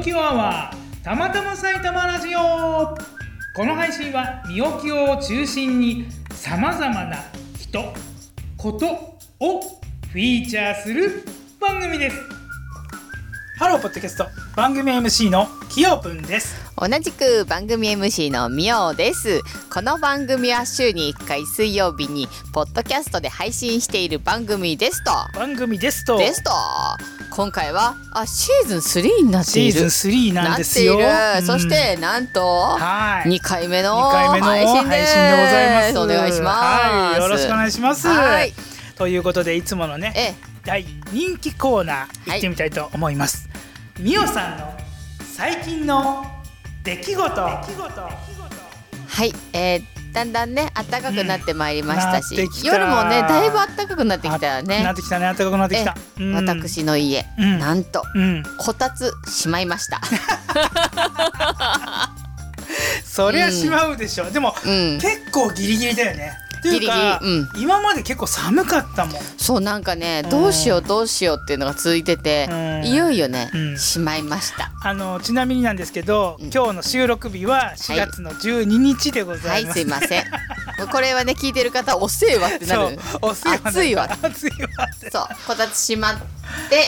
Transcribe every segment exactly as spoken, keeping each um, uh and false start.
きおアワーたまたま埼玉ラジオ。この配信はみおきおを中心にさまざまな人ことをフィーチャーする番組です。ハローポッドキャスト番組 エムシー のきよぷんです。 同じく番組 エムシー のみおです。この番組は週にいっかい水曜日にポッドキャストで配信している番組ですと番組ですとですと今回はあシーズンスリーになっているシーズンスリーなんですよ。 なっている、うん、そしてなんとにかいめの配信でございます。 お願いします、 はい、よろしくお願いします。 はいということでいつものね、ええ、大人気コーナー行ってみたいと思います。みお、はい、さんの最近の出来事。はい、 えー、だんだんね暖かくなってまいりましたし、 うん、た夜もねだいぶ暖かくなってきたよね。 なってきたね、暖かくなってきた。 うん、私の家、うん、なんと、うん、こたつしまいましたそりゃしまうでしょ、うん、でも、うん、結構ギリギリだよね。というかギリギリ、うん、今まで結構寒かったもん。 そうなんかね、どうしようどうしようっていうのが続いてて、うん、いよいよね、うん、しまいました。 あのちなみになんですけど、うん、今日の収録日はしがつのじゅうににちでございます。 はい、はい、すいませんこれはね聞いてる方おせえわってなる。 おせえわ暑いわ暑いわってそうこたつしまって、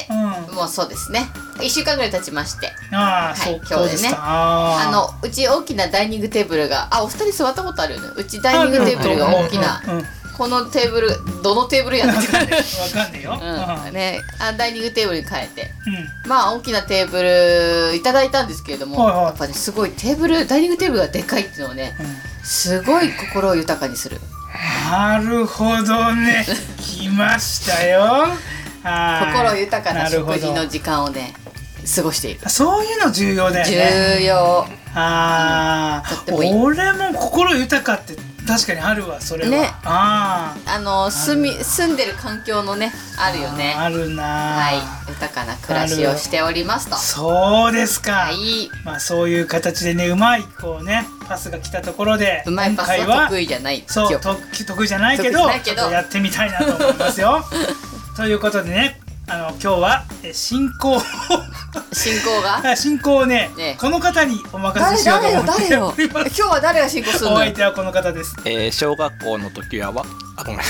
うん、もうそうですねいっしゅうかんぐらい経ちまして、 あ、はい、 今日でねあのうち大きなダイニングテーブルがあお二人座ったことあるよね。うちダイニングテーブルが大きな、うんうん、このテーブルどのテーブルやってわかんないわかんないよ、 うんね、あダイニングテーブルに変えて、うん、まあ大きなテーブルいただいたんですけれども、はいはい、やっぱねすごいテーブルダイニングテーブルがでかいっていうのをね、うん、すごい心を豊かにする。 なるほどね来ましたよ心豊かな食事の時間をね過ごしている。 そういうの重要だよね。 重要。 ああ、俺も心豊かって確かにあるわそれは。ね、 ああの住み住んでる環境のねあるよね。 あるな。 はい、豊かな暮らしをしておりますと。 そうですか。 はい。 まあそういう形でねうまいこうねパスが来たところでうまいパスは得意じゃない。 そうと得意じゃないけどやってみたいなと思いますよ。ということでね。あの今日は進行進行が進行を ね, ねこの方にお任せしようと思っております。 今日は誰が進行するの？ お相手はこの方です。 えー、小学校の時はあごめん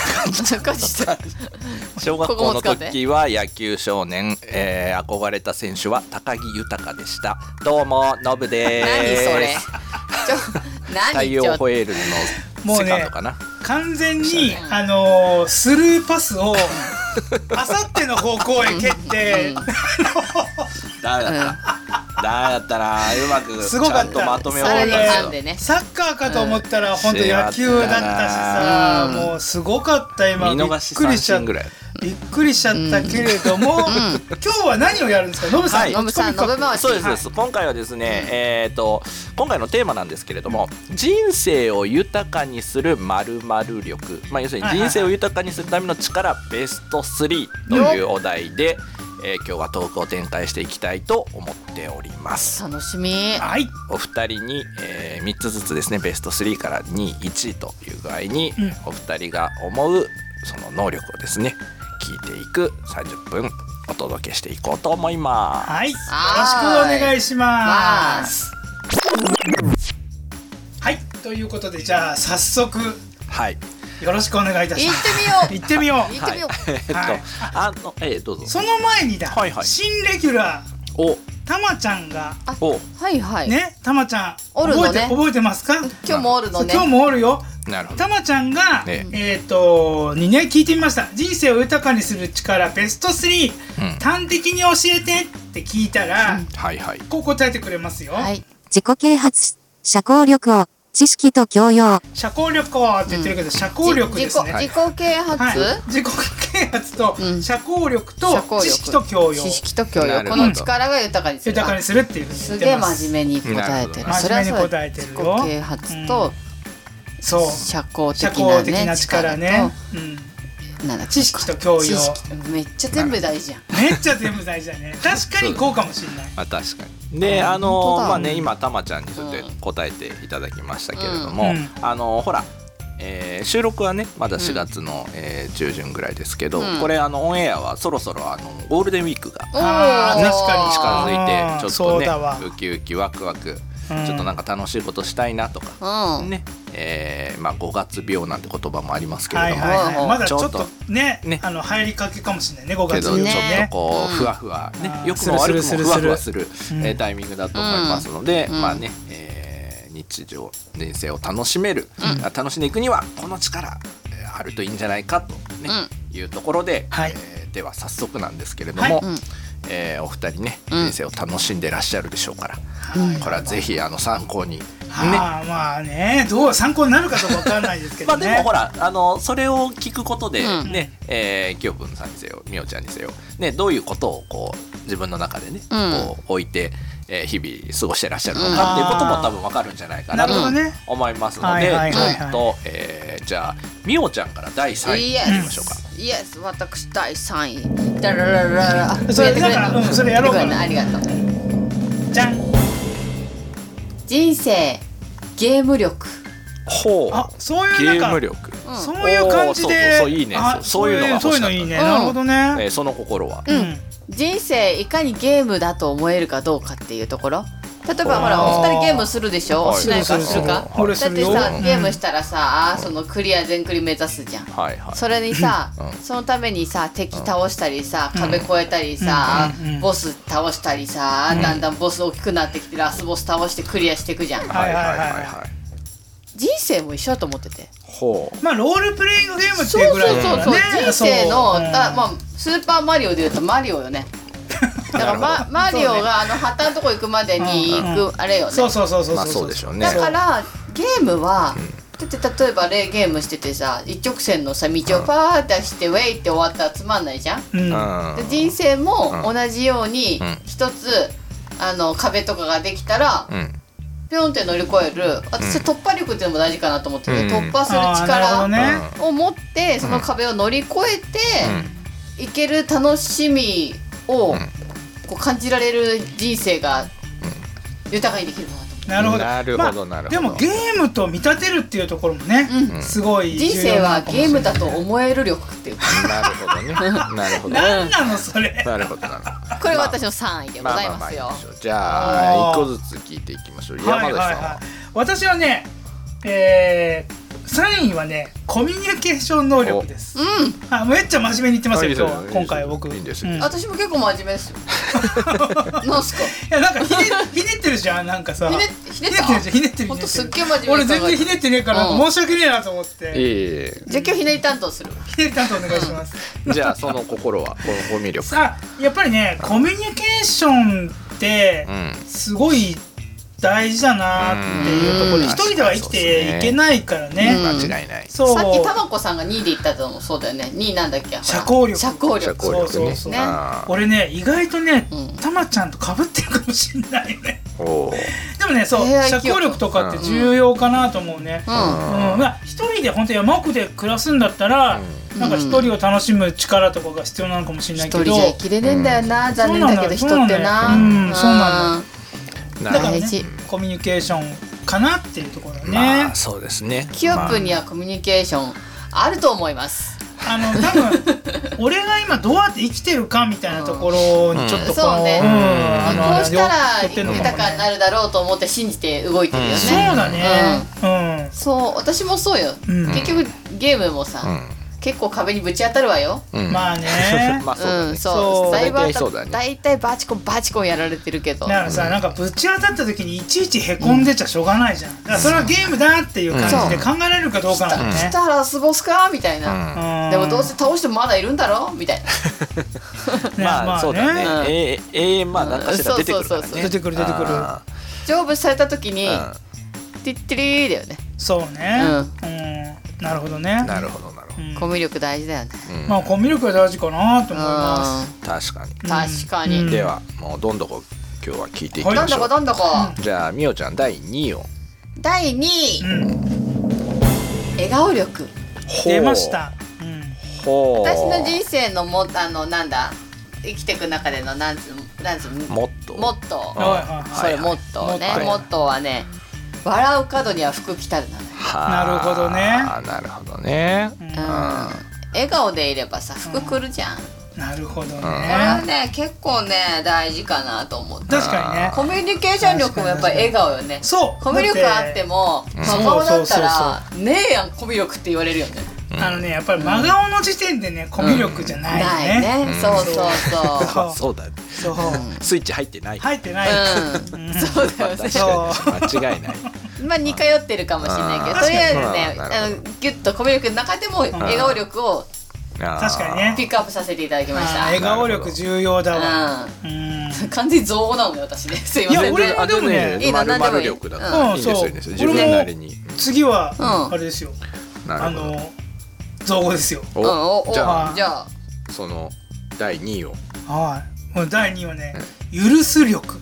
小学校の時は野球少年、えー、憧れた選手は高木豊でした。どうもノブです。 何それ太陽ホエールのセカンドかな、 もうね、完全に、うん、あのー、スルーパスをあさっての方向へ蹴って、うん、 ダメだった、うん、ダメだったな。うまくちゃんとまとめを終えたんで、ね、サッカーかと思ったら、うん、本当野球だったしさ、うん、もうすごかった今。 見逃し三振ぐらいびっくりしちゃったけれども、うん、今日は何をやるんですか、ノブさん。 ノブさん、ノブ回し。 そうです、はい、今回はですね、うん、えーと今回のテーマなんですけれども、人生を豊かにする〇〇力、まあ、要するに人生を豊かにするための力ベストスリーというお題で、えー、今日はトークを展開していきたいと思っております。 楽しみ。 はい、 お二人に、えー、みっつずつですね、ベストスリーからにい、いちいという具合に、うん、お二人が思うその能力をですね聞いていくさんじゅっぷんお届けしていこうと思います。 はい、よろしくお願いします。はい、ということでじゃあ早速、 はい、 よろしくお願いいたします。 行ってみよう行ってみよう行ってみよう、 はい、えー、っと、はい、あのえー、どうぞ。 その前にだ、はいはい、新レギュラーおたまちゃんがおはいはいね、たまちゃんおるのね、 覚えて覚えてますか？ 今日もおるのね。 今日もおるよ。 なるほど。 たまちゃんが、ね、えっ、ー、とにね聞いてみました。人生を豊かにする力ベストスリー、うん、端的に教えてって聞いたら、うん、はいはい、こう答えてくれますよ。はい、 自己啓発、社交力を知識と教養。 社交力をって言ってるけど、うん、社交力ですね。 自己、自己啓発、はい、 自己啓発と、うん、社交力と知識と教養。 知識と教養。この力が豊かにする。 豊かにするっていうふうに言ってます。 すげえ真面目に答えてる。 真面目に答えてるよ。 自己啓発と、うん、 そう社交的な、ね、 的な力ね。うん、なんだ知識と教養。 めっちゃ全部大事じゃん。 めっちゃ全部大事だね。確かにこうかもしれない。 まあ確かに。で、あのまあね、今たまちゃんにそれで答えていただきましたけれども、うん、あのほらえー、収録はねまだしがつの、うんえー、中旬ぐらいですけど、うん、これあのオンエアはそろそろあのゴールデンウィークがあ確かに近づいてちょっとねウキウキワクワク、うん、ちょっとなんか楽しいことしたいなとか、うん、ねえーまあ、ごがつ病なんて言葉もありますけれども、 はいはいはい、まだちょっとね、ねあの入りかけかもしれないねごがつ病ね。 けどちょっとこうふわふわね、うん、よくも悪くもふわふわするえー、タイミングだと思いますので、うん、まあね、えー、日常人生を楽しめる、うん、楽しんでいくにはこの力あるといいんじゃないかと、ねうん、いうところで、はいえー、では早速なんですけれども、はいうんえー、お二人ね人生を楽しんでらっしゃるでしょうから、うん、これはぜひあの参考に、ね、 はあ、まあねどう参考になるかどうか分からないですけどねまあでもほらあのそれを聞くことでね、うんえー、きよくんさんにせよみおちゃんにせよ、ね、どういうことをこう自分の中でね、うん、こう置いて、えー、日々過ごしてらっしゃるのかっていうことも多分分かるんじゃないかなと思いますので、ちょっと、えー、じゃあみおちゃんからだいさんいいきましょうか。 イエス、私だいさんい。ダララララ。 それだから、うん、それやろうかな。 ありがとう。 じゃん。 人生ゲーム力。 ほう。 あ、そういうなんかゲーム力。 うん、そういう感じで。 そうそうそういいね。そういうのが欲しかった。 そういうのいいね。なるほどね。 えー、その心は。 うん。人生いかにゲームだと思えるかどうかっていうところ。例えばほらお二人ゲームするでしょ、しないかするか、だってさゲームしたらさ、そのクリア全クリ目指すじゃん、はいはい、それにさ、うん、そのためにさ敵倒したりさ、うん、壁越えたりさ、うん、ボス倒したりさ、うん、だんだんボス大きくなってきてラスボス倒してクリアしていくじゃん、はいはいはいはい、人生も一緒だと思ってて、 ほうまあロールプレイングゲームっていうぐらいだからね、そうそうそう、 人生の、うん、まあ、スーパーマリオでいうとマリオよねだからマ, マリオがあの旗のとこ行くまでに行くあれよね。 そうそうそうそうそうでしょうね。 だからゲームはだって例えばレーゲームしててさ一直線のさ道をパーってしてウェイって終わったらつまんないじゃん。うん、で人生も同じように一つあの壁とかができたら。うんピョンって乗り越える私突破力っていうのも大事かなと思ってて、うん、突破する力を持ってその壁を乗り越えていける楽しみをこう感じられる人生が豊かにできるかなと思って。 なるほど。 なるほどなるほど。 でもゲームと見立てるっていうところもね、うん、すごい人生はゲームだと思える力っていうか。 なるほどね。なるほど。 何なのそれ。 なるほどなるほど。 これ私のさんいでございますよ。 じゃあ一個ずつ聞いていきましょう。山田さんは。はいはいはい、 私はね、えー。さんいはねコミュニケーション能力です、うん、あめっちゃ真面目に言ってますよ今日は今回僕いいんです、 うん、私も結構真面目ですよなんすかいやなんかひねひねってるじゃんなんかさひねひねってるじゃんひねってるほんとすっげえ真面目俺全然ひねってねえから、うん、申し訳ねえなと思って、 えー、じゃあ今日ひねり担当するひねり担当お願いします、 うん、じゃあその心はこのコミュ力さあやっぱりねコミュニケーションってすごい大事だなっていうところで一人では生きていけないからね。 間違いない。 そうさっきたまこさんがにいで言ったのもそうだよね。にいなんだっけ。 社交力。 社交力。 そうそうそう。ね、俺ね意外とね、うん、たまちゃんと被ってるかもしれないよね。おでもねそう社交力とかって重要かなと思うね。うんうんまあ一人で本当山奥で暮らすんだったら、うん、なんか一人を楽しむ力とかが必要なのかもしれないけど。一人じゃ生きれねえんだよな、うん、残念だけど人ってな。 うんそうなんだ。だからね、コミュニケーションかなっていうところね。 まあそうですね。 キヨプにはコミュニケーションあると思います。 あの多分俺が今どうやって生きてるかみたいなところにちょっとこう、うん、そうね。うん、 こうしたら豊かになるだろうと思って信じて動いてるよね。うん、 そうだね。うん。 そう私もそうよ。うん、結局ゲームもさ。うん結構壁にぶち当たるわよ、 うん、まあねまあそうだね、うん、 そうだいぶだいたいバチコンバチコンやられてるけどだからさ、うん、なんかぶち当たった時にいちいちへこんでちゃしょうがないじゃん、うん、だからそれはゲームだっていう感じで考えられるかどうかなんだね、 来たらラスボスかみたいな、うん、でもどうせ倒してもまだいるんだろみたいなまあそうだね、うん、永遠まあ何かしら出てくるからね出てくる出てくる成仏された時に、うん、ティッティリーだよねそうね、うんうん、なるほどねなるほどうん、コミュ力大事だよね、 うん、まあコミュ力は大事かなと思います確かに確かに、 うん、ではもうどんどこ今日は聞いていきましょうどんどこどんどこ、 うん、じゃあみおちゃんだいにいをだいにい、うん、笑顔力出ました、 うん、ほ私の人生のもあのなんだ生きていく中でのなんつなんつモットーモットーそれモットーね、はいはい、モットーはね笑う角には福来たるなのよなるほどね。 なるほどね、 うん、笑顔でいればさ服くるじゃん、 うん、なるほどね。これはね結構ね大事かなと思って。 確かにね。 コミュニケーション力もやっぱり笑顔よね。 そうコミュ力あっても真顔だったらねえやんコミュ力って言われるよね。 あのねやっぱり真顔の時点でねコミュ力じゃないね。 ないね。そうそうそう。 そうだ。 そう。 スイッチ入ってない。 入ってない。 そうだよね。 間違いない。 まあ似通ってるかもしれないけど、とりあえずねあのギュッとコミュ力の中でも笑顔力を確かにねピックアップさせていただきました。 笑顔力重要だわ。 完全に造語なのよ私ね。すいません。 いや俺もでもねいいの何でもいい。 いいですよいいですよ。自分なりに。 次はあれですよ。あの造語ですよ。 じゃあじゃあそのだいにいを。 はい。だいにいはね許す力。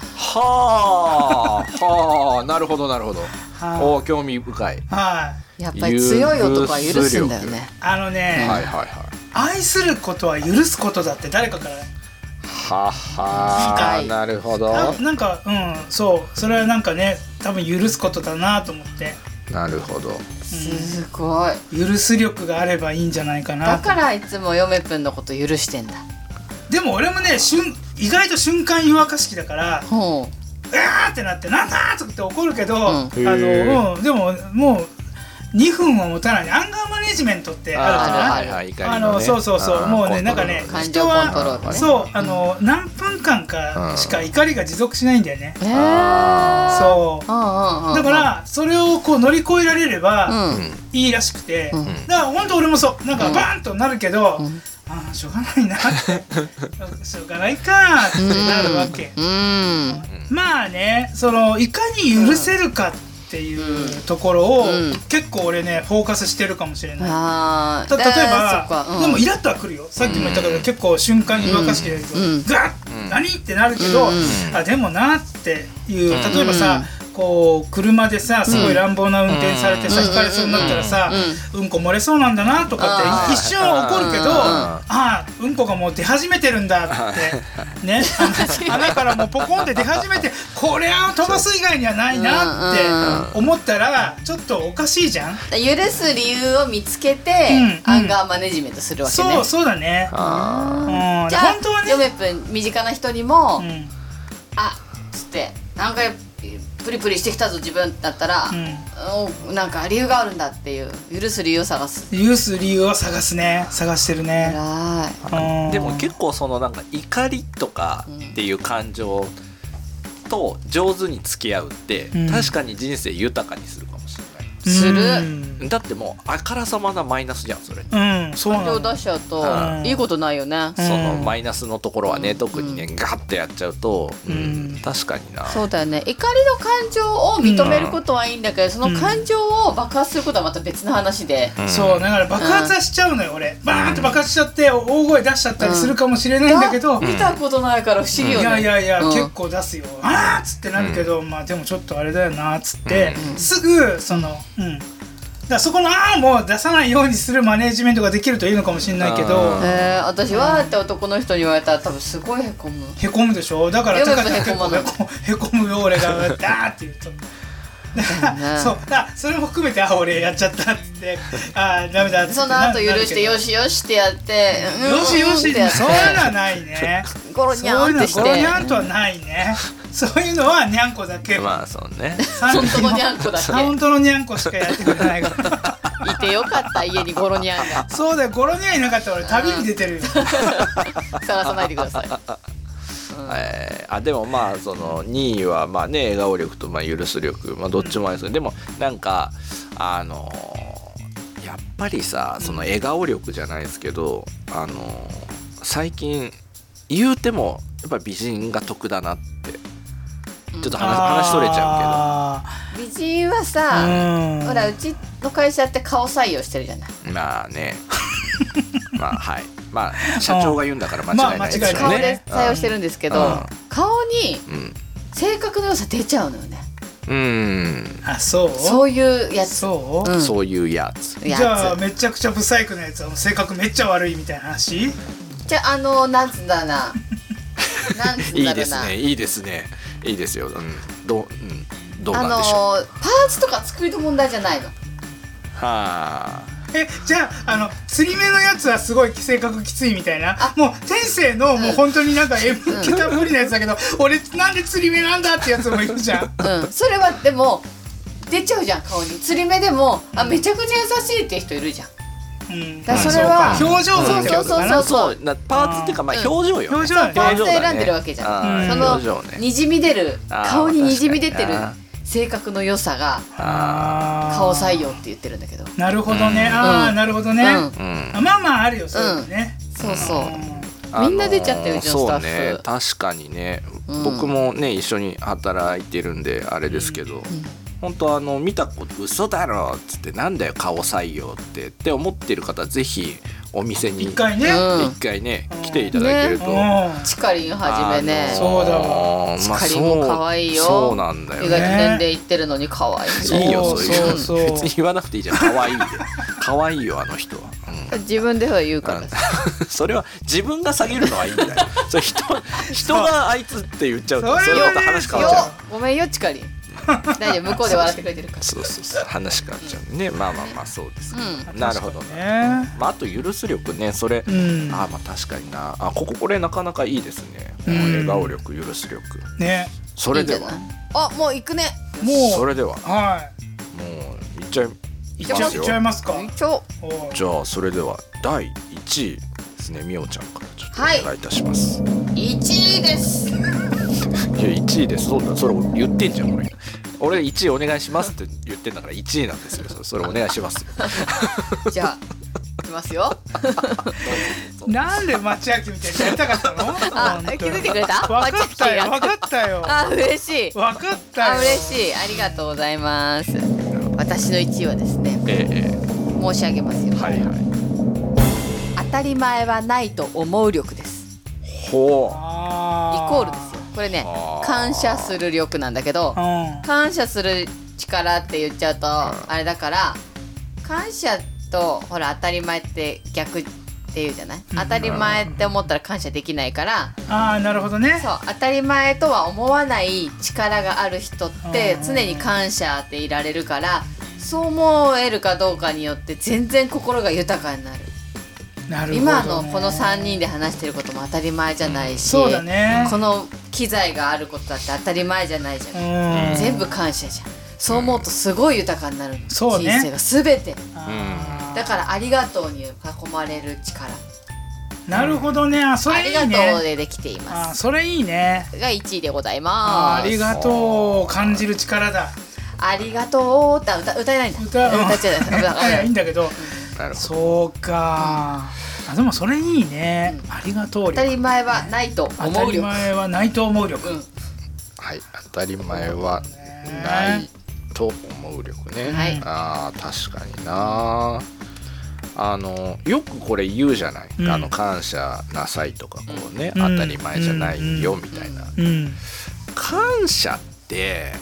はあはあなるほどなるほど。おお興味深い。 はい。 やっぱり強い男は許すんだよね。 あのね。 はいはいはい。 愛することは許すことだって誰かからははなるほど。 なんかうんそうそれはなんかね多分許すことだなと思って。 なるほど。 すごい。 許す力があればいいんじゃないかな。 だからいつも嫁ぷんのこと許してんだ。 でも俺もね瞬意外と瞬間湯沸かし器だからほううわーってなってなんだーとかって怒るけど、うん、あの、うん、でももうにふんは持たないアンガーマネジメントってあるじゃない。あのそうそうそうもうねなんかね人はそうあの何分間かしか怒りが持続しないんだよね。そうだからそれをこう乗り越えられればいいらしくて、だから本当俺もそうなんかバーンとなるけど、ああしょうがないなってしょうがないかってなるわけ。まあねそのいかに許せるかっていうところを、うん、結構俺ねフォーカスしてるかもしれない。あ例えば、うん、でもイラッとはくるよ。さっきも言ったけど、うん、結構瞬間に沸かしてるけど、うん、ガッ、うん、何ってなるけど、うん、あでもなっていう例えばさ、うんこう車でさすごい乱暴な運転されてさ引かれそうになったらさうんこ漏れそうなんだなとかって一瞬怒るけどああうんこがもう出始めてるんだってね穴からもうポコンって出始めてこれは飛ばす以外にはないなって思ったらちょっとおかしいじゃん。 許す理由を見つけてアンガーマネジメントするわけね。 そうそうだね。じゃあ本当はね嫁ぷん身近な人にもあっつってなんかプリプリしてきたぞ自分だったら、うん、なんか理由があるんだっていう許す理由を探す。 許す理由を探すね探してるね。 偉い。でも結構そのなんか怒りとかっていう感情と上手に付き合うって、うん、確かに人生豊かにするかもしれない。 する。 だってもうあからさまなマイナスじゃんそれ。 うん、そうなの。 感情出しちゃうと、うん、いいことないよね。 そのマイナスのところはね、うん、特にねガッてやっちゃうと、うんうん、確かにな。 そうだよね。怒りの感情を認めることはいいんだけど、うん、その感情を爆発することはまた別の話で。 うん、そうだから爆発はしちゃうのよ、うん、俺。バーンって爆発しちゃって大声出しちゃったりするかもしれないんだけど、 うん、見たことないから不思議よね。 いやいやいや、うん、結構出すよ。あーっつってなるけど、うん、まあでもちょっとあれだよなっつって、うん、すぐそのうん。だからそこのあーも出さないようにするマネージメントができるといいのかもしれないけど、 えー、私はって男の人に言われたら多分すごいへこむ。 へこむでしょ。だから高田結構へこむよ俺がダーって言うと。そうだそれも含めてあ俺やっちゃったっつってあダメだっつってその後許してよしよしってやってよしよしってそういうのはないね。 ゴロニャンってしてゴロニャンとはないね。そういうのはニャンコだけ。 まあそうね本当のニャンコだけ本当のニャンコしかやってくれないからいてよかった家にゴロニャンが。 そうだよゴロニャンいなかったら俺旅に出てるよ探さないでください。 えー、あでもまあそのにいはまあね笑顔力とまあ許す力、まあ、どっちもありますけど、うん、でもなんかあのー、やっぱりさその笑顔力じゃないですけどあのー、最近言うてもやっぱ美人が得だなってちょっと 話,、うん、話取れちゃうけど美人はさ、うん、ほらうちの会社って顔採用してるじゃない。 まあねまあはいまあ社長が言うんだから間違いないですよね。 顔で採用してるんですけど、うん、顔に性格の良さ出ちゃうのよね。 うんあそうそういうやつそう、うん、そういうやつじゃあめちゃくちゃブサイクなやつは性格めっちゃ悪いみたいな話。 じゃああのなんつんだななんつんだろうな。 いいですねいいですねいいですよ、うんどうん、 どうなんでしょう。 あのー、パーツとか作りの問題じゃないの。 はあ。 えじゃああの釣り目のやつはすごい性格きついみたいな、もう天性の、うん、もう本当になんか塩分気たっぷりなやつだけど、俺なんで釣り目なんだってやつもいるじゃん。 うん、それはでも出ちゃうじゃん顔に。釣り目でもあめちゃくちゃ優しいって人いるじゃん。うん、だそれは表情ってことかな。 そうそうそうそうパーツっていうかまあ表情よ、ね。 表情、ね、パーツ選んでるわけじゃん。そのにじみ出る顔ににじみ出てる性格の良さが顔採用って言ってるんだけど。 なるほどね。うん、ああなるほどね。うん、まあまああるよそういうのね。 うん、そうそう。みんな出ちゃってるうちのスタッフ。 そうね確かにね、うん、僕もね一緒に働いてるんであれですけど。うんうん本当あの見たこと嘘だろっつってなんだよ顔採用ってって思ってる方ぜひお店に一回ね一回ね、うん、来ていただけると、 ね、チカリンはじめね、 そうだわチカリンも可愛いよ。 そうなんだよね。 意外と年齢いってるのに可愛い。 いいよそういうそうそう別に言わなくていいじゃん可愛いで可愛いよあの人は、 うん、自分では言うからそれは自分が下げるのはいいんだよそれ 人, 人があいつって言っちゃうとそれまた話変わっちゃう。 ごめんよチカリン大丈夫向こうで笑ってくれてるからそうそうそう話変わっちゃうね、うん、まあまあまあそうですね、うん、なるほどね、まあ、あと許す力ねそれ、うん、あまあ確かになあこここれなかなかいいですね、うん、笑顔力許す力ね。それではいいあもう行くねもうそれでははいもういっちゃいいっちゃいっちゃいますか。 じゃあそれではだいいちいですねみおちゃんからちょっとお願いいたします、 はい、いちいですいやいちいですそうだそれ言ってんじゃん俺俺いちいお願いしますって言ってんだからいちいなんですよそれお願いしますよじゃあいきますよなんで町明みたいにやりたかったのあ気づいてくれた分かったよ分かったよあ嬉しい分かったよあ嬉しいありがとうございます。私のいちいはですね、ええ、申し上げますよ、はいはい、当たり前はないと思う力です。 ほうイコールですよこれね。感謝する力なんだけど、うん、感謝する力って言っちゃうとあれだから感謝とほら当たり前って逆っていうじゃない、うん、当たり前って思ったら感謝できないから、 うん、ああなるほどね。 そう当たり前とは思わない力がある人って常に感謝でいられるからそう思えるかどうかによって全然心が豊かになる。 なるほどね、 今のこのさんにんで話してることも当たり前じゃないし、 そうだね、 この機材があることだって当たり前じゃないじゃん、うん、全部感謝じゃん。そう思うとすごい豊かになる、うん、人生が全て、うん、だからありがとうに囲まれる力。 なるほどね。あそれいいね。 ありがとうでできています。 あそれいいね。 がいちいでございます。 ありがとうを感じる力だ。 ありがとうって歌歌えないんだ。 歌歌っちゃう。 いいんだけど、うん、そうか、うん、あでもそれいいね、うん、ありがとう。 当たり前はないと思う力。 当たり前はないと思う力、うん、 はい当たり前はないと思う力ね、はい、あ確かにな。あのよくこれ言うじゃない、うん、あの感謝なさいとかこうね、うん、当たり前じゃないよみたいな、うんうん、感謝って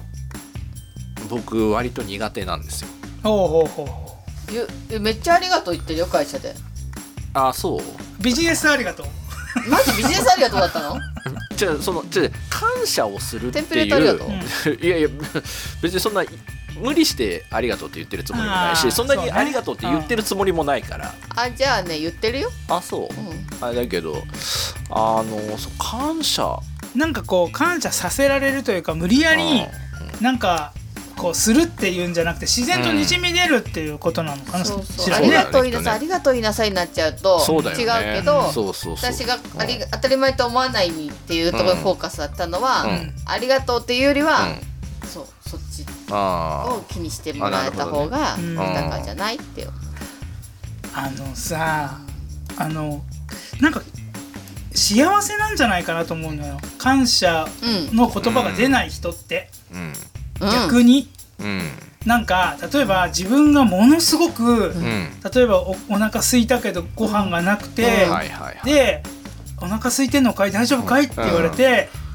僕割と苦手なんですよ。 ほうほうほうほう。めっちゃありがとう言ってるよ会社で。 あそうビジネスありがとうマジビジネスありがとうだったのじゃあそのじゃあ感謝をするっていうテンプレートありがとういやいや別にそんな無理してありがとうって言ってるつもりもないし、そんなにありがとうって言ってるつもりもないから。 あじゃあね言ってるよ。 あそう、うん、あだけどあのそう感謝なんかこう感謝させられるというか無理やりなんかこうするっていうんじゃなくて自然とにじみ出るっていうことなのかな、うん、そうそうありがとう言いなさい、ありがとう言いなさいになっちゃうと違うけど、 そうそうそう私があり当たり前と思わないっていうところにフォーカスだったのは、うん、ありがとうっていうよりは、うん、そうそっちを気にしてもらえた方が豊かじゃないってよ。 あのさあのなんか幸せなんじゃないかなと思うのよ、感謝の言葉が出ない人って、うんうん逆に、うん、なんか例えば自分がものすごく、うん、例えば お, お腹空いたけどご飯がなくて、うん、でお腹空いてんのかい大丈夫かいって言われて、うん、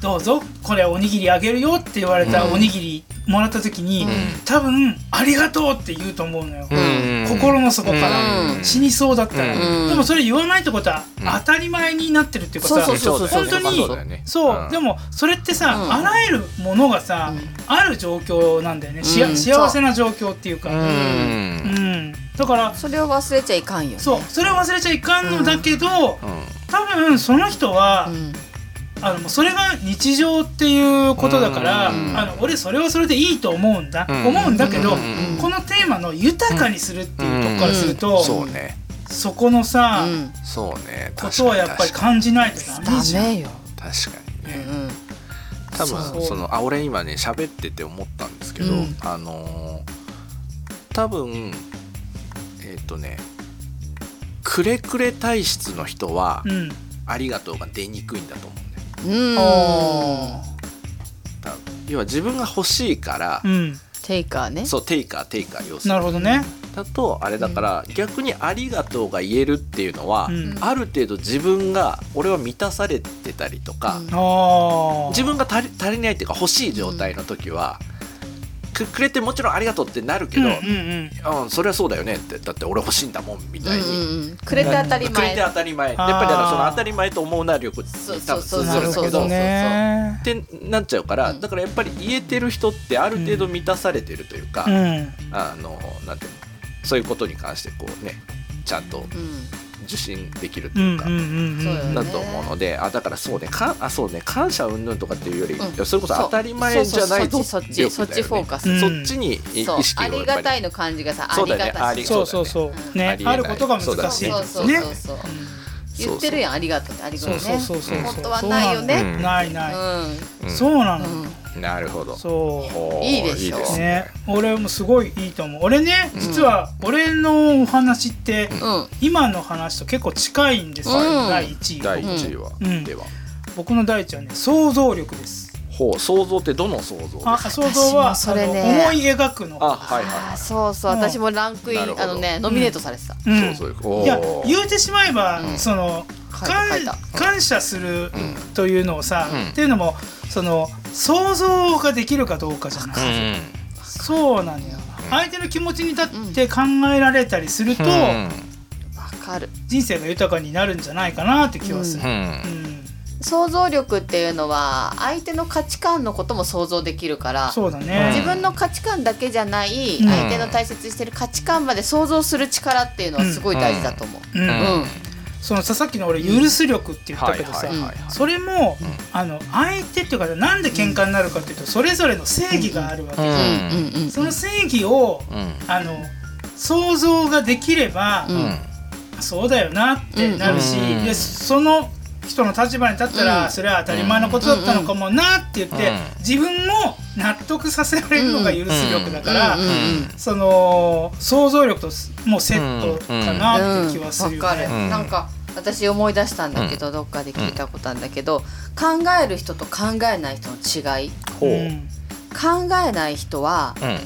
どうぞこれおにぎりあげるよって言われたおにぎりもらった時に、うん、多分ありがとうって言うと思うのよ、うん、心の底から、うん、死にそうだったら、うん、でもそれ言わないってことは当たり前になってるっていうかさ、本当にそう、うん、でもそれってさ、うん、あらゆるものがさ、うん、ある状況なんだよね、うん、幸せな状況っていうか、うんうん、だからそれを忘れちゃいかんよね。 そう、それを忘れちゃいかんのだけど、うん、多分その人は、うんあのそれが日常っていうことだから、うん、あの俺それはそれでいいと思うんだ、うん、思うんだけど、うん、このテーマの豊かにするっていうところからすると、うん、そうね、そこのさ、うん、 そうね、 ことはやっぱり感じないとダメじゃん。 ダメよ。 確かにね、うん、多分そのあ俺今ね喋ってて思ったんですけど、うん、あのー、多分えっとねくれくれ体質の人は、うん、ありがとうが出にくいんだと思う。うん、要は自分が欲しいから、うん、 テイカーね。 そうテイカーテイカー要するに。 なるほどね。 だとあれだから、うん、逆にありがとうが言えるっていうのは、うん、ある程度自分が俺は満たされてたりとか、うん、自分が足り、足りないっていうか欲しい状態の時は、うん、く, くれてもちろんありがとうってなるけど、うんうんうんうん、それはそうだよねってだって俺欲しいんだもんみたいに、うんうん、 くれて当たり前くれて当たり前やっぱりだからその当たり前と思う能力に多分通ずるんだけどってなっちゃうから、うん、だからやっぱり言えてる人ってある程度満たされてるというか、うん、あのなんていうのそういうことに関してこうねちゃんと、うん受信できるというか、うんうんうん、だと思うので、あだからそうねかあそうね感謝云々とかっていうより、うん、それこそ当たり前じゃないとそっちそっちフォーカス、 うん、そっちに意識をやっぱりありがたいの感じがさそうだねありがたいそうそうそう、うん、ねあることが難しいですね。そうそうそうそう言ってるやんありがとうってありがとうね。 そうそうそうそう本当はないよね。 うん、ないない、うん、そうなの、 うん、なるほど。 そういいでしょうね。俺もすごいいいと思う。俺ね実は俺のお話って、うん、今の話と結構近いんですよ、うん、だいいちいだいいちいは、うん、では僕の第一はね想像力です。 ほう想像ってどの想像ですか。 あ想像はそれ、ね、思い描くの。 あはいはい、はい、 そうそう私もランクインあのねノミネートされてた、 うん、そうそういや言うてしまえば、うん、その感謝するというのをさ、うん、っていうのもその想像ができるかどうかじゃない、うん、そうなのよ、うん、相手の気持ちに立って考えられたりすると、うん、 かる人生が豊かになるんじゃないかなって気はする、うんうん想像力っていうのは相手の価値観のことも想像できるからそうだね自分の価値観だけじゃない相手の大切にしてる価値観まで想像する力っていうのはすごい大事だと思う、うんうんうん、 そのさっきの俺許す力って言ったけどさそれも、うん、あの相手っていうかなんで喧嘩になるかっていうとそれぞれの正義があるわけで、うんうん、その正義を、うん、あの想像ができれば、うん、そうだよなってなるし、うん、でその人の立場に立ったら、うん、それは当たり前のことだったのかもなって言って、うん、自分も納得させられるのが許す力だから、うんうんうん、その想像力ともうセットかなって気はするよね、 うんうん、なんか私思い出したんだけど、うん、どっかで聞いたことあるんだけど、うん、考える人と考えない人の違い、うん、考えない人は、うん、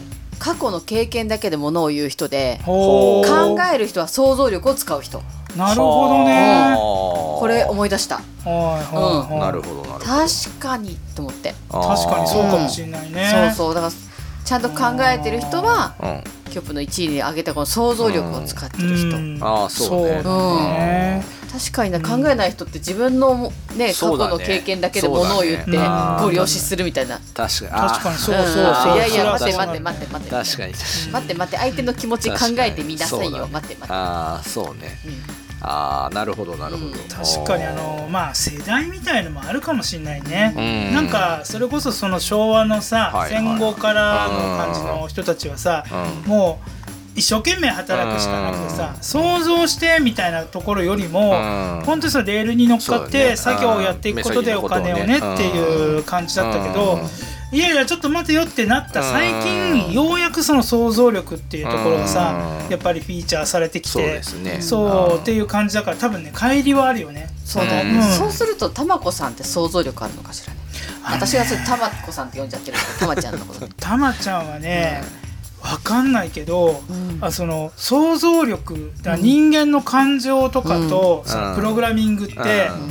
過去の経験だけでものを言う人で考える人は想像力を使う人。 なるほどね、 これ思い出した。 はいはいはい、うん、なるほどなるほど確かにと思って確かにそうかもしれないね、 うん、そうそうだからちゃんと考えてる人は、うん、キョップのいちいに挙げたこの想像力を使ってる人、うん、 ああそうね、 そうね、うん、確かにな考えない人って自分の、ね、過去の経験だけでものを言ってご了承するみたいな。 確かに確かにそうそうそう、 うん、いやいや待って待って待って待って確かに待って待って相手の気持ち考えてみなさいよ、ね、待って待ってああそうね、うんあなるほどなるほど、うん、 確かにあのまあ世代みたいのもあるかもしれないね、うん、なんかそれこそその昭和のさ、はいはい、戦後からの感じの人たちはさ、うん、もう一生懸命働くしかなくてさ、うん、想像してみたいなところよりも、うん、本当にそのレールに乗っかって作業をやっていくことでお金をねっていう感じだったけど、いやいやちょっと待てよってなった最近ようやくその想像力っていうところがさやっぱりフィーチャーされてきてそうですねそうっていう感じだから多分ね乖離はあるよね。 そうだね、うん、そうするとたまこさんって想像力あるのかしらね。私はそれたまこさんって呼んじゃってるからたまちゃんのことたまちゃんはね、うん、分かんないけど、うん、あその想像力だ人間の感情とかと、うん、そのプログラミングって、うん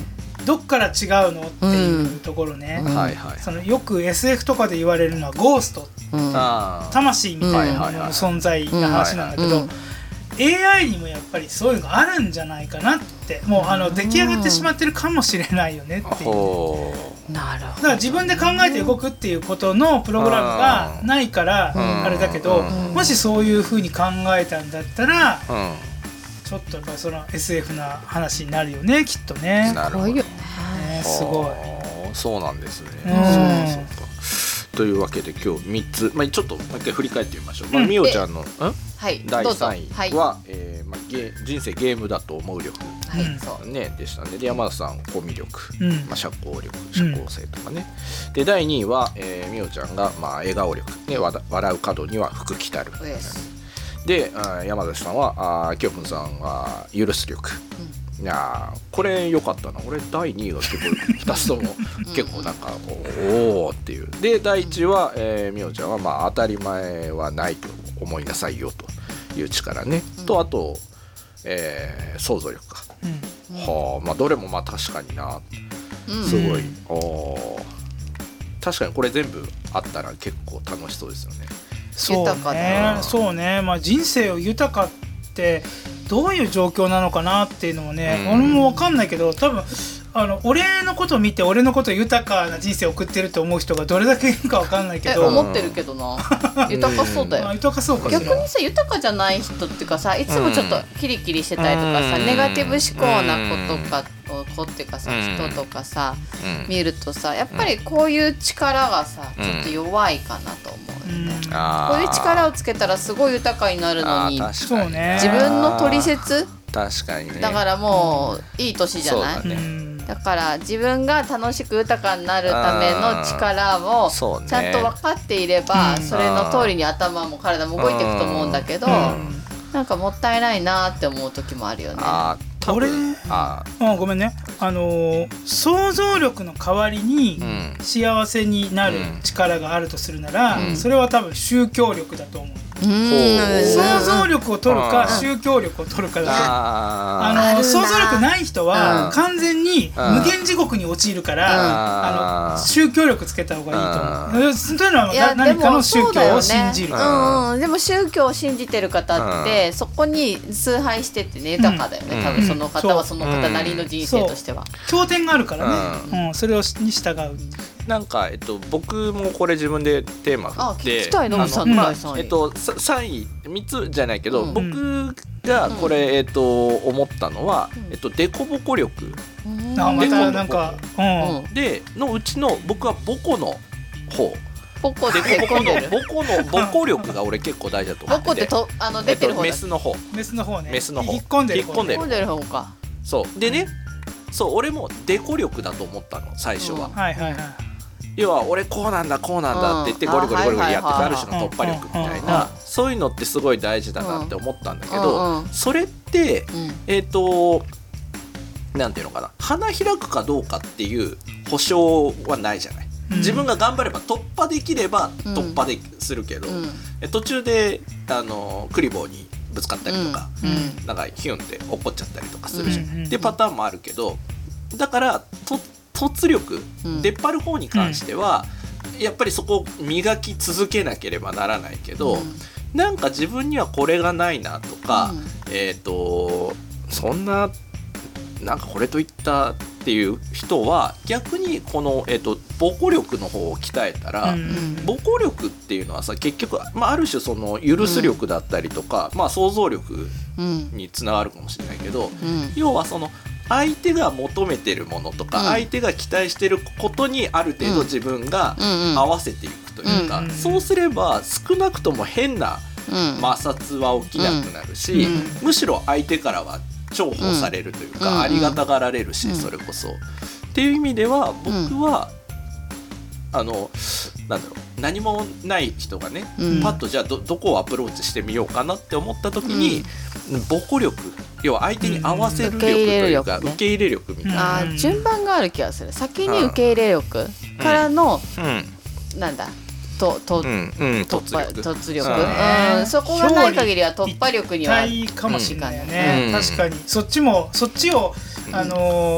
どっから違うのっていうところね、 うんはいはい、 そのよく エスエフ とかで言われるのはゴースト、うん、魂みたいなものの存在の話なんだけど、エーアイ にもやっぱりそういうのがあるんじゃないかなって、もうあの出来上がってしまってるかもしれないよねっていう、 うん、なるほど。 だから自分で考えて動くっていうことのプログラムがないからあれだけど、もしそういう風に考えたんだったら、うんちょっとやっぱりその エスエフ な話になるよねきっとね。 なるほどね。 すごい。 そうなんですね。うん、そうそうか。というわけで今日みっつ、まあ、ちょっともう一回振り返ってみましょう。まあ、みおちゃんの、うんはい、だいさんいは、はいえーまあ、ゲ人生ゲームだと思う力、はいそうね、でしたね。で山田さんコミュ力、うんまあ、社交力社交性とかね、うん、でだいにいは、えー、みおちゃんが、まあ、笑顔力、ね、笑う角には福来たる、で山田さんはきよぷんさんは許す力、うん、いやこれ良かったな。俺だいにいが結構ふたつとも結構なんかおおっていうでだいいちは、えー、みおちゃんは、まあ、当たり前はないと思いなさいよという力ね、うん、とあと、えー、想像力か、うん、はあまあどれもまあ確かにな、うん、すごい、うん、お確かにこれ全部あったら結構楽しそうですよね。 そうね、そうね、まあ、人生を豊かってどういう状況なのかなっていうのもね、うん、俺も分かんないけど多分あの俺のことを見て俺のことを豊かな人生を送ってると思う人がどれだけいるか分かんないけど思ってるけどな豊かそうだよ、 まあ、豊かそうかしら。 逆にさ豊かじゃない人っていうかさいつもちょっとキリキリしてたりとかさ、うん、ネガティブ思考な子とか子っていうかさ、うん、人とかさ、うん、見るとさやっぱりこういう力がさちょっと弱いかなと思うよね、うん、こういう力をつけたらすごい豊かになるのにそうね自分の取説確かにねだからもういい年じゃない、そうだねだから自分が楽しく豊かになるための力をちゃんと分かっていれば そ,、ね、それの通りに頭も体も動いていくと思うんだけどなんかもったいないなって思う時もあるよね。 あ俺ああごめんね、あのー、想像力の代わりに幸せになる力があるとするなら、うん、それは多分宗教力だと思う。うん想像力を取るか宗教力を取るかだけああの想像力ない人は完全に無限地獄に陥るからあの宗教力つけた方がいいと思う。そういうのは何かの宗教を信じる。 うんうん、でも宗教を信じてる方ってそこに崇拝しててね豊かだよね、うん、多分その方はその方なりの人生としては経典があるからね、うんうん、それをに従う。 なんか、えっと、僕もこれ自分でテーマ振って聞きたいのさんのだいさんい、 えっと、さんいみっつじゃないけど、うん、僕がこれ、うんえっと、思ったのは、うんえっと、デコボコ力、 うん、あまたなんか、 うん、でのうちの僕はボコの方ボコでボコのボコのボコ力が俺結構大事だと思っててボコってとあの出てる方だ、 えっと、メスの方メスの方ねメスの方引っ込んでる方、引っ込んでる方か。 そうでねそう俺もデコ力だと思ったの最初は、 うん、はいはいはい要は俺こうなんだこうなんだって言ってゴリゴリゴリゴリやってある種の突破力みたいなそういうのってすごい大事だなって思ったんだけどそれってえっとなんていうのかな花開くかどうかっていう保証はないじゃない。自分が頑張れば突破できれば突破でするけど途中であのクリボーにぶつかったりとかなんかヒュンって落っこっちゃったりとかするじゃないってパターンもあるけどだからと突力、うん、出っ張る方に関しては、うん、やっぱりそこを磨き続けなければならないけど、うん、なんか自分にはこれがないなとか、うん、えっとそんななんかこれといったっていう人は逆にこの、えーと、ボコ力の方を鍛えたら、うん、ボコ力っていうのはさ結局、まあ、ある種その許す力だったりとか、うんまあ、想像力につながるかもしれないけど、うん、要はその相手が求めてるものとか、うん、相手が期待してることにある程度自分が合わせていくというか、うんうん、そうすれば少なくとも変な摩擦は起きなくなるし、うんうん、むしろ相手からは重宝されるというか、うん、ありがたがられるし、うん、それこそっていう意味では僕は、うん、あのなんだろう何もない人がね、うん、パッとじゃあ ど, どこをアプローチしてみようかなって思った時に、うん、ボコ力要は相手に合わせる力というか、うん、受け入れ力みたいな、 あ順番がある気がする。先に受け入れ力からの、うん、なんだとと、うんうん、突力、突力、うん、そこがない限りは突破力には一体かもしれないよね、うん、確かにそっちもそっちを、あのー、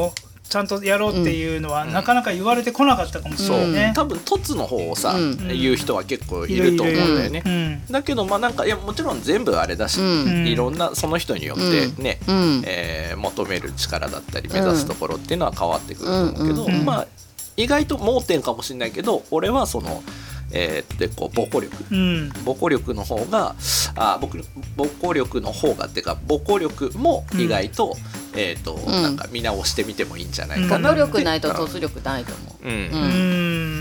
ちゃんとやろうっていうのは、うん、なかなか言われてこなかったかもしれないね、うん、 多分凸の方をさ、うん、言う人は結構いると思うんだよね、うん、だけどまあなんかいやもちろん全部あれだし、うん、いろんなその人によってね、うん、えー、求める力だったり目指すところっていうのは変わってくると思うけど、うんうん、まあ意外と盲点かもしれないけど俺はそのえー、でこう母語力、うん、母語力の方があ僕母語力の方がっていうか母語力も意外と、うん、えーとうん、なんか見直してみてもいいんじゃないかなって、 母語力ないと突力ないと思う、うんうん、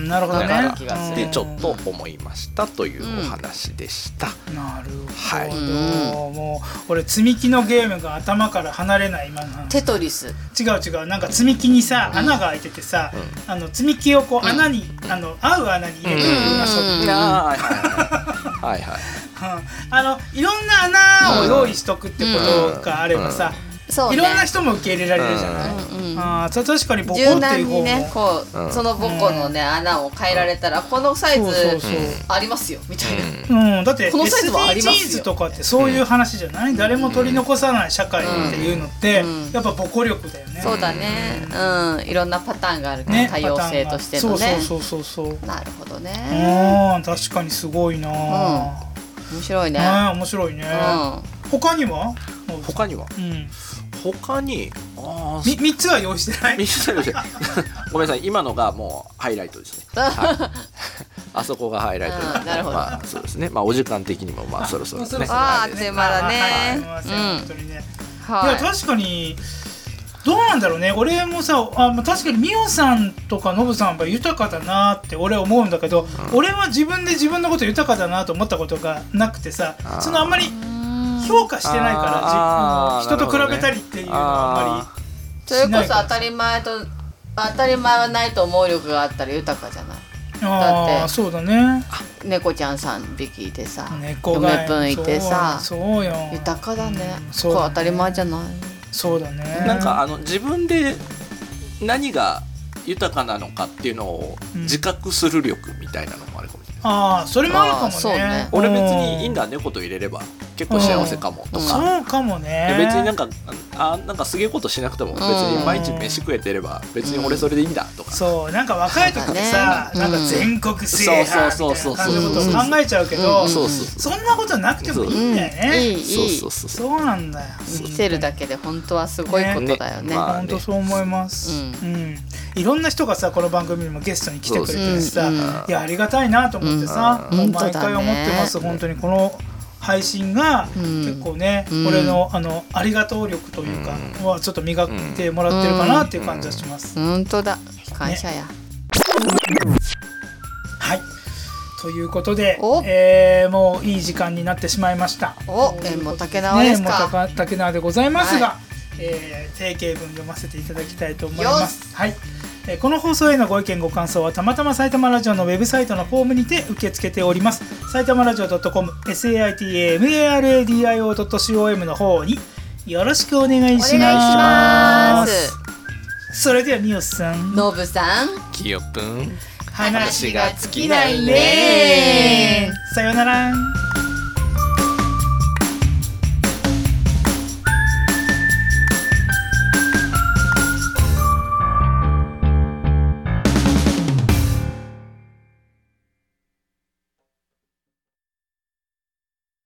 なるほどねでちょっと思いましたというお話でした、 うん、なるほど、はい、もう俺積み木のゲームが頭から離れない今の話。 テトリス違う違うなんか積み木にさ、うん、穴が開いててさ、うん、あの積み木をこう穴に、うん、あの合う穴に入れてるような遊び、うん、 はいはいはいはい、 あのいろんな穴を用意しとくってことがあればさ、うんうん、いろんな人も受け入れられるじゃない、うんうん、あ確かに母校っていう方も柔軟にねこう、うん、その母校のね、うん、穴を変えられたらこのサイズありますよみたいな、うん、だって エスディージーズ とかってそういう話じゃない、うん、誰も取り残さない社会っていうのって、うん、やっぱ母校力だよね。 そうだね、うん、いろんなパターンがあるね、多様性としてのね。 そうそうそうそうなるほどね、 うん、確かにすごいな、うん、 面白いね、 面白いね、うん、他には他には、うん他にあみみっつは用意してない。 みっつは用意してないごめんなさい今のがもうハイライトですね、はい、あそこがハイライトです、 なるほど、 まあ、そうですね、まあ、お時間的にもまあそろそろですね。 ああでまだね、 本当にね、はい、いや確かにどうなんだろうね。俺もさあ確かにみおさんとかのぶさんは豊かだなって俺は思うんだけど、うん、俺は自分で自分のこと豊かだなと思ったことがなくてさ、あそのあんまり評価してないから人と比べたりっていうのはあんまりそれこそ当たり前と当たり前はないと思う力があったら豊かじゃない。 だってあそうだね、 猫ちゃんさんびきいてさ、 猫が嫁ぷんいてさ、 そうよ豊かだね、うん、 そうだね、 当たり前じゃない。 そうだね。 なんかあの自分で何が豊かなのかっていうのを自覚する力みたいなのもあるかもしれない、うん、 ああそれもあるかも ね, そうね俺別にいいんだ猫と入れれば結構幸せかもとか、 そうかもね。 別になんかあなんかすげえことしなくても別に毎日飯食えてれば別に俺それでいいんだとか、 そうなんか若い時ってさ、ね、なんか全国制覇みたいな感じのことを考えちゃうけど、そんなことなくてもいいんだよね。 いいいいそうそうそうそうなんだよ。 生きてるだけで本当はすごいことだよね。 ねまあね本当そう思います、うんうん、いろんな人がさこの番組にもゲストに来てくれてさ、うん、いやありがたいなと思ってさ、うん、もう毎回思ってます、ね、本当にこの配信が結構ね、うん、俺 の, あのありがとう力というかはちょっと磨いてもらってるかなっていう感じがします、 うんうん、本当だ感謝や、ね、 はいということで、えー、もういい時間になってしまいました。 おえー、もう竹縄ですか、 ね、もう竹縄でございますが、はいえー、定型文読ませていただきたいと思います。はいえー、この放送へのご意見ご感想はたまたま埼玉ラジオのウェブサイトのフォームにて受け付けております。埼玉ラジオ .com サイタマラジオ ドットコム の方によろしくお願いします。それではみおさん、 のぶさん、 きよぷん、 話が尽きないね。さよなら。